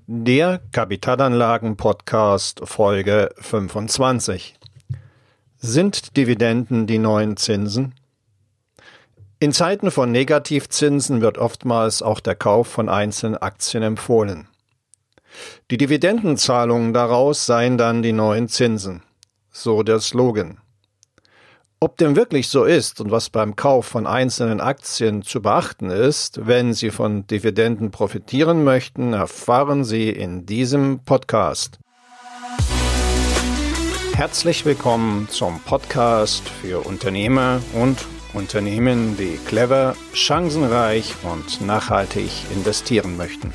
Der Kapitalanlagen-Podcast Folge 25. Sind Dividenden die neuen Zinsen? In Zeiten von Negativzinsen wird oftmals auch der Kauf von einzelnen Aktien empfohlen. Die Dividendenzahlungen daraus seien dann die neuen Zinsen, so der Slogan. Ob dem wirklich so ist und was beim Kauf von einzelnen Aktien zu beachten ist, wenn Sie von Dividenden profitieren möchten, erfahren Sie in diesem Podcast. Herzlich willkommen zum Podcast für Unternehmer und Unternehmen, die clever, chancenreich und nachhaltig investieren möchten.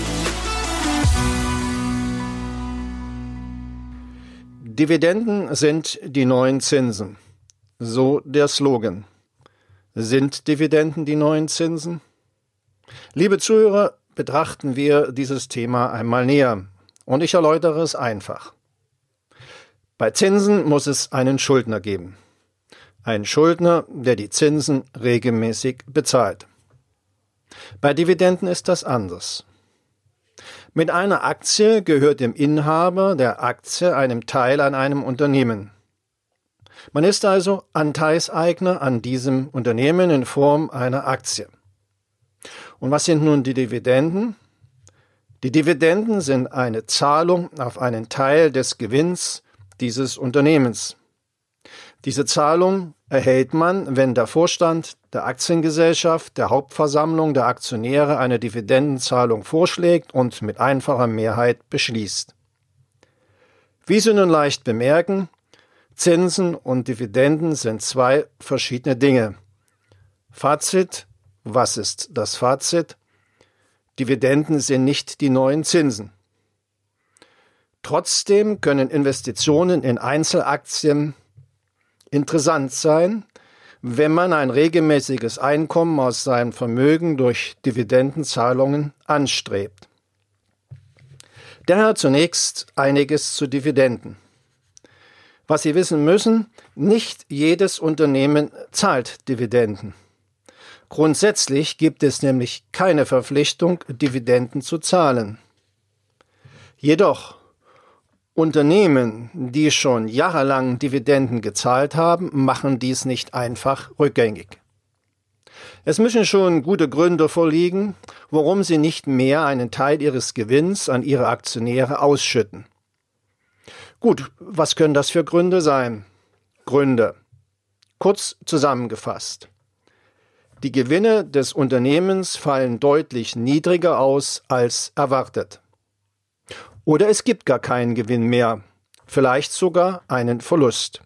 Dividenden sind die neuen Zinsen. So der Slogan. Sind Dividenden die neuen Zinsen? Liebe Zuhörer, betrachten wir dieses Thema einmal näher und ich erläutere es einfach. Bei Zinsen muss es einen Schuldner geben. Ein Schuldner, der die Zinsen regelmäßig bezahlt. Bei Dividenden ist das anders. Mit einer Aktie gehört dem Inhaber der Aktie einem Teil an einem Unternehmen. Man ist also Anteilseigner an diesem Unternehmen in Form einer Aktie. Und was sind nun die Dividenden? Die Dividenden sind eine Zahlung auf einen Teil des Gewinns dieses Unternehmens. Diese Zahlung erhält man, wenn der Vorstand der Aktiengesellschaft der Hauptversammlung der Aktionäre eine Dividendenzahlung vorschlägt und mit einfacher Mehrheit beschließt. Wie Sie nun leicht bemerken, Zinsen und Dividenden sind zwei verschiedene Dinge. Fazit: Was ist das Fazit? Dividenden sind nicht die neuen Zinsen. Trotzdem können Investitionen in Einzelaktien interessant sein, wenn man ein regelmäßiges Einkommen aus seinem Vermögen durch Dividendenzahlungen anstrebt. Daher zunächst einiges zu Dividenden. Was Sie wissen müssen, nicht jedes Unternehmen zahlt Dividenden. Grundsätzlich gibt es nämlich keine Verpflichtung, Dividenden zu zahlen. Jedoch Unternehmen, die schon jahrelang Dividenden gezahlt haben, machen dies nicht einfach rückgängig. Es müssen schon gute Gründe vorliegen, warum sie nicht mehr einen Teil ihres Gewinns an ihre Aktionäre ausschütten. Gut, was können das für Gründe sein? Gründe. Kurz zusammengefasst. Die Gewinne des Unternehmens fallen deutlich niedriger aus als erwartet. Oder es gibt gar keinen Gewinn mehr, vielleicht sogar einen Verlust.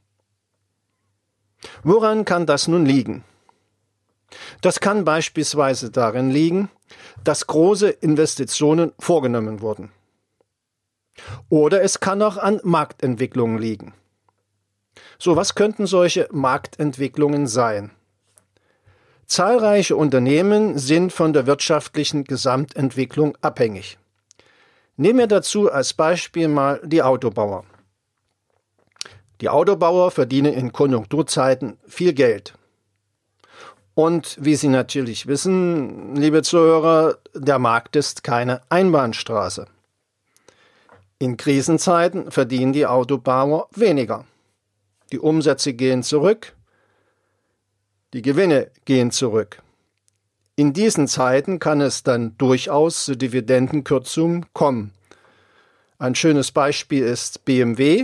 Woran kann das nun liegen? Das kann beispielsweise darin liegen, dass große Investitionen vorgenommen wurden. Oder es kann auch an Marktentwicklungen liegen. So, was könnten solche Marktentwicklungen sein? Zahlreiche Unternehmen sind von der wirtschaftlichen Gesamtentwicklung abhängig. Nehmen wir dazu als Beispiel mal die Autobauer. Die Autobauer verdienen in Konjunkturzeiten viel Geld. Und wie Sie natürlich wissen, liebe Zuhörer, der Markt ist keine Einbahnstraße. In Krisenzeiten verdienen die Autobauer weniger. Die Umsätze gehen zurück, die Gewinne gehen zurück. In diesen Zeiten kann es dann durchaus zu Dividendenkürzungen kommen. Ein schönes Beispiel ist BMW.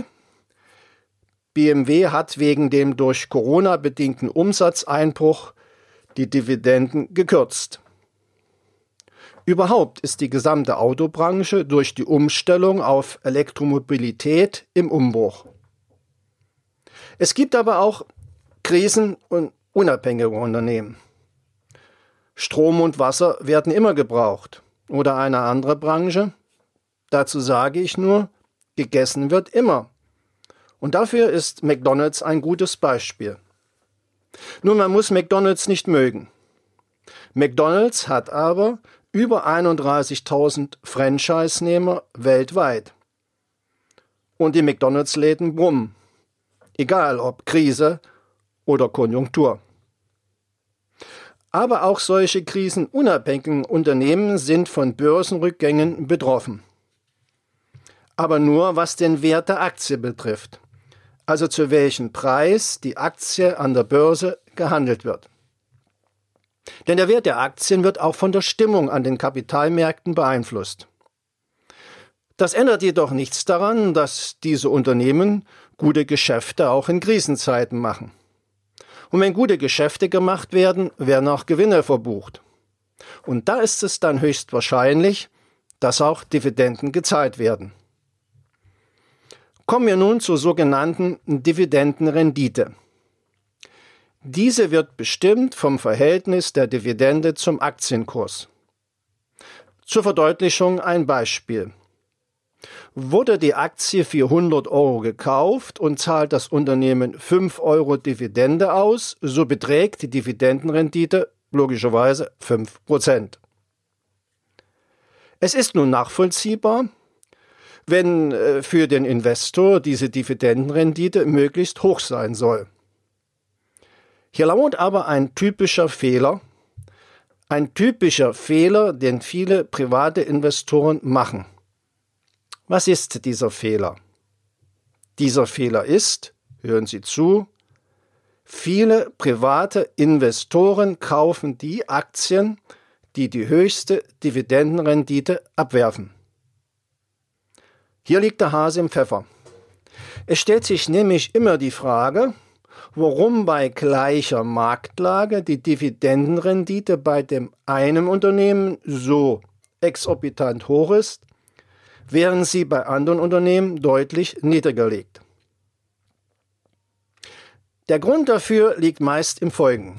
BMW hat wegen dem durch Corona bedingten Umsatzeinbruch die Dividenden gekürzt. Überhaupt ist die gesamte Autobranche durch die Umstellung auf Elektromobilität im Umbruch. Es gibt aber auch krisen- und unabhängige Unternehmen. Strom und Wasser werden immer gebraucht. Oder eine andere Branche? Dazu sage ich nur, gegessen wird immer. Und dafür ist McDonald's ein gutes Beispiel. Nun, man muss McDonald's nicht mögen. McDonald's hat aber über 31.000 Franchise-Nehmer weltweit. Und die McDonald's-Läden brummen. Egal ob Krise oder Konjunktur. Aber auch solche krisenunabhängigen Unternehmen sind von Börsenrückgängen betroffen. aber nur was den Wert der Aktie betrifft, also zu welchem Preis die Aktie an der Börse gehandelt wird. Denn der Wert der Aktien wird auch von der Stimmung an den Kapitalmärkten beeinflusst. Das ändert jedoch nichts daran, dass diese Unternehmen gute Geschäfte auch in Krisenzeiten machen. Und wenn gute Geschäfte gemacht werden, werden auch Gewinne verbucht. Und da ist es dann höchstwahrscheinlich, dass auch Dividenden gezahlt werden. Kommen wir nun zur sogenannten Dividendenrendite. Diese wird bestimmt vom Verhältnis der Dividende zum Aktienkurs. Zur Verdeutlichung ein Beispiel. Wurde die Aktie für 100 € gekauft und zahlt das Unternehmen 5 € Dividende aus, so beträgt die Dividendenrendite logischerweise 5%. Es ist nun nachvollziehbar, wenn für den Investor diese Dividendenrendite möglichst hoch sein soll. Hier lauert aber ein typischer Fehler, den viele private Investoren machen. Was ist dieser Fehler? Dieser Fehler ist, hören Sie zu, viele private Investoren kaufen die Aktien, die die höchste Dividendenrendite abwerfen. Hier liegt der Hase im Pfeffer. Es stellt sich nämlich immer die Frage, warum bei gleicher Marktlage die Dividendenrendite bei dem einen Unternehmen so exorbitant hoch ist, während sie bei anderen Unternehmen deutlich niedriger liegt. Der Grund dafür liegt meist im Folgenden.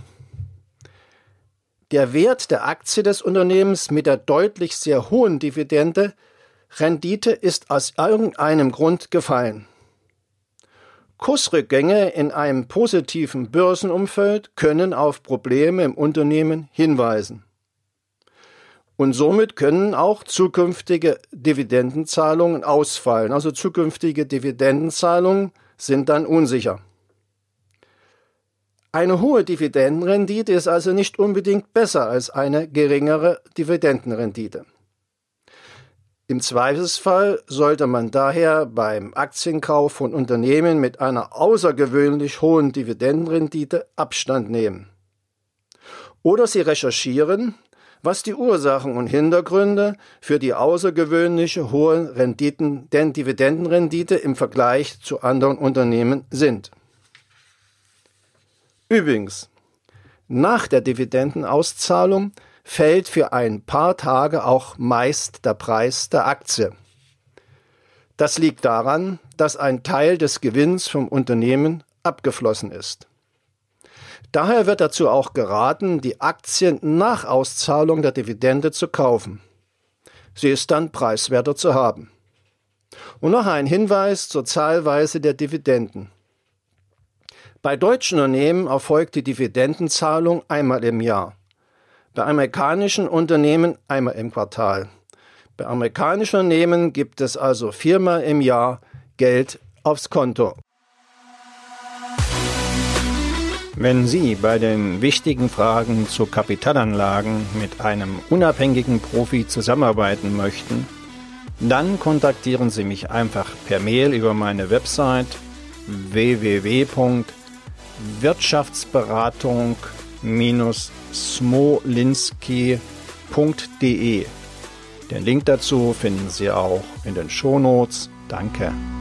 Der Wert der Aktie des Unternehmens mit der deutlich sehr hohen Rendite ist aus irgendeinem Grund gefallen. Kursrückgänge in einem positiven Börsenumfeld können auf Probleme im Unternehmen hinweisen. Und somit können auch zukünftige Dividendenzahlungen ausfallen. Also zukünftige Dividendenzahlungen sind dann unsicher. Eine hohe Dividendenrendite ist also nicht unbedingt besser als eine geringere Dividendenrendite. Im Zweifelsfall sollte man daher beim Aktienkauf von Unternehmen mit einer außergewöhnlich hohen Dividendenrendite Abstand nehmen. Oder Sie recherchieren, was die Ursachen und Hintergründe für die außergewöhnliche hohe Dividendenrendite im Vergleich zu anderen Unternehmen sind. Übrigens, nach der Dividendenauszahlung fällt für ein paar Tage auch meist der Preis der Aktie. Das liegt daran, dass ein Teil des Gewinns vom Unternehmen abgeflossen ist. Daher wird dazu auch geraten, die Aktien nach Auszahlung der Dividende zu kaufen. Sie ist dann preiswerter zu haben. Und noch ein Hinweis zur Zahlweise der Dividenden. Bei deutschen Unternehmen erfolgt die Dividendenzahlung einmal im Jahr. Bei amerikanischen Unternehmen einmal im Quartal. Bei amerikanischen Unternehmen gibt es also 4-mal im Jahr Geld aufs Konto. Wenn Sie bei den wichtigen Fragen zu Kapitalanlagen mit einem unabhängigen Profi zusammenarbeiten möchten, dann kontaktieren Sie mich einfach per Mail über meine Website www.wirtschaftsberatung-smolinski.de. Den Link dazu finden Sie auch in den Shownotes. Danke.